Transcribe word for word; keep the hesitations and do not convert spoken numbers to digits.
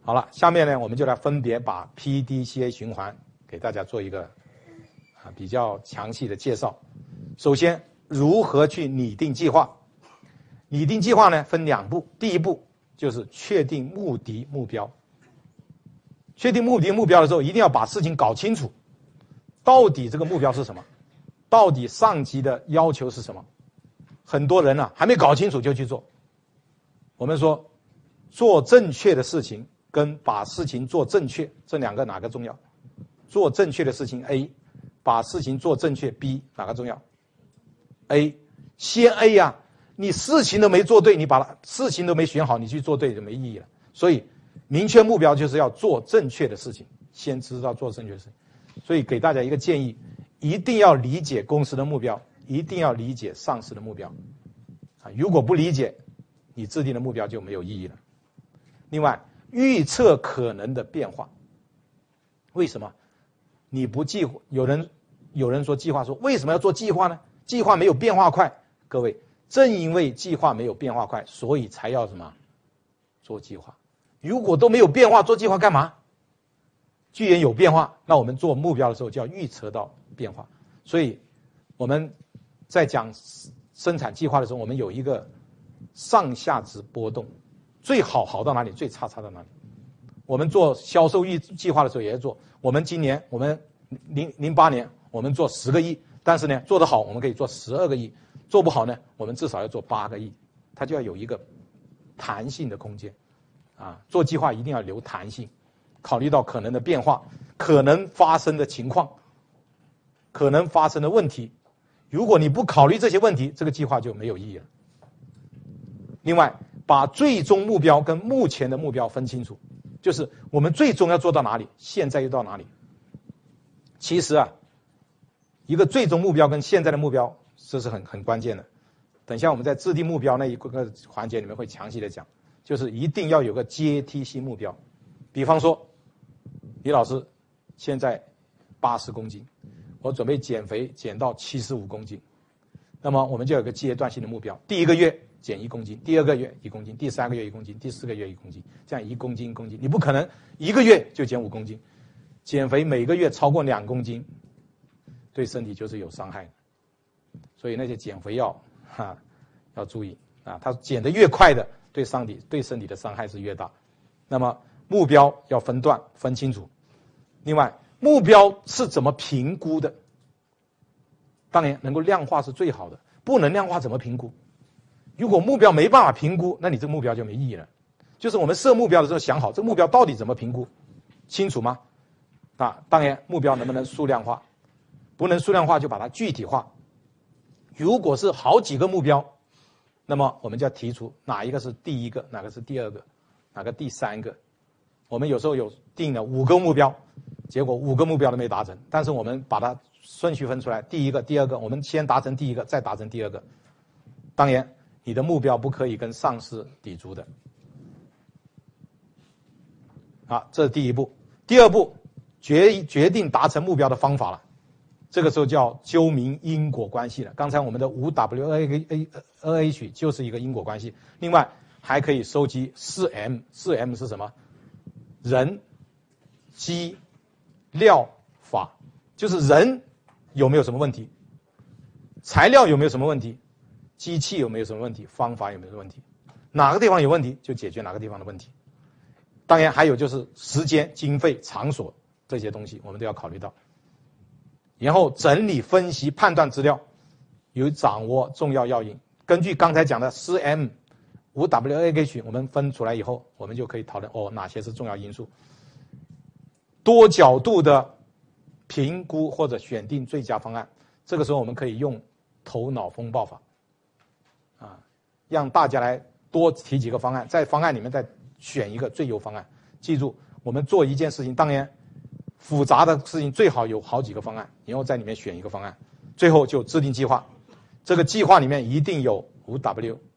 好了，下面呢，我们就来分别把 P D C A 循环给大家做一个啊比较详细的介绍。首先，如何去拟定计划？拟定计划呢，分两步。第一步就是确定目的目标。确定目的目标的时候，一定要把事情搞清楚，到底这个目标是什么，到底上级的要求是什么。很多人呢、啊、还没搞清楚就去做。我们说，做正确的事情跟把事情做正确，这两个哪个重要？做正确的事情 A， 把事情做正确 B， 哪个重要 ？A， 先 A 呀、啊，你事情都没做对，你把它事情都没选好，你去做对就没意义了。所以，明确目标就是要做正确的事情，先知道做正确的事情。所以给大家一个建议，一定要理解公司的目标，一定要理解上司的目标。啊，如果不理解，你制定的目标就没有意义了。另外，预测可能的变化。为什么？你不计划，有人有人说计划说为什么要做计划呢？计划没有变化快。各位，正因为计划没有变化快，所以才要什么？做计划。如果都没有变化，做计划干嘛？既然有变化，那我们做目标的时候就要预测到变化。所以我们在讲生产计划的时候，我们有一个上下值波动，最好好到哪里，最差差到哪里。我们做销售预计划的时候也要做。我们今年，我们零零八年，我们做十个亿，但是呢，做得好，我们可以做十二个亿；做不好呢，我们至少要做八个亿。它就要有一个弹性的空间，啊，做计划一定要留弹性，考虑到可能的变化、可能发生的情况、可能发生的问题。如果你不考虑这些问题，这个计划就没有意义了。另外，把最终目标跟目前的目标分清楚，就是我们最终要做到哪里，现在又到哪里。其实啊，一个最终目标跟现在的目标，这是很很关键的。等一下我们在制定目标那一个环节里面会详细的讲，就是一定要有个阶梯性目标。比方说，李老师现在八十公斤，我准备减肥减到七十五公斤，那么我们就有个阶段性的目标，第一个月减一公斤，第二个月一公斤，第三个月一公斤，第四个月一公斤，这样一公斤一公斤，你不可能一个月就减五公斤。减肥每个月超过两公斤，对身体就是有伤害的。所以那些减肥药哈要注意啊，它减得越快的，对身体对身体的伤害是越大。那么目标要分段分清楚。另外，目标是怎么评估的？当然能够量化是最好的，不能量化怎么评估？如果目标没办法评估，那你这个目标就没意义了。就是我们设目标的时候想好，这个目标到底怎么评估，清楚吗？啊，当然目标能不能数量化？不能数量化就把它具体化。如果是好几个目标，那么我们就要提出哪一个是第一个，哪个是第二个，哪个第三个。我们有时候有定了五个目标，结果五个目标都没达成，但是我们把它顺序分出来，第一个、第二个，我们先达成第一个，再达成第二个。当然，你的目标不可以跟上司抵触的。好，这是第一步。第二步，决决定达成目标的方法了。这个时候叫究明因果关系了。刚才我们的五 W 二 H 就是一个因果关系。另外还可以收集四 M， 四 M 是什么？人、机、料、法，就是人有没有什么问题，材料有没有什么问题，机器有没有什么问题，方法有没有什么问题，哪个地方有问题就解决哪个地方的问题。当然还有就是时间、经费、场所这些东西我们都要考虑到。然后整理、分析、判断资料，有掌握重要要因。根据刚才讲的 四 M、五 W 二 H， 我们分出来以后，我们就可以讨论哦哪些是重要因素。多角度的评估或者选定最佳方案，这个时候我们可以用头脑风暴法，啊，让大家来多提几个方案，在方案里面再选一个最优方案。记住，我们做一件事情，当然复杂的事情最好有好几个方案，然后在里面选一个方案，最后就制定计划。这个计划里面一定有五 W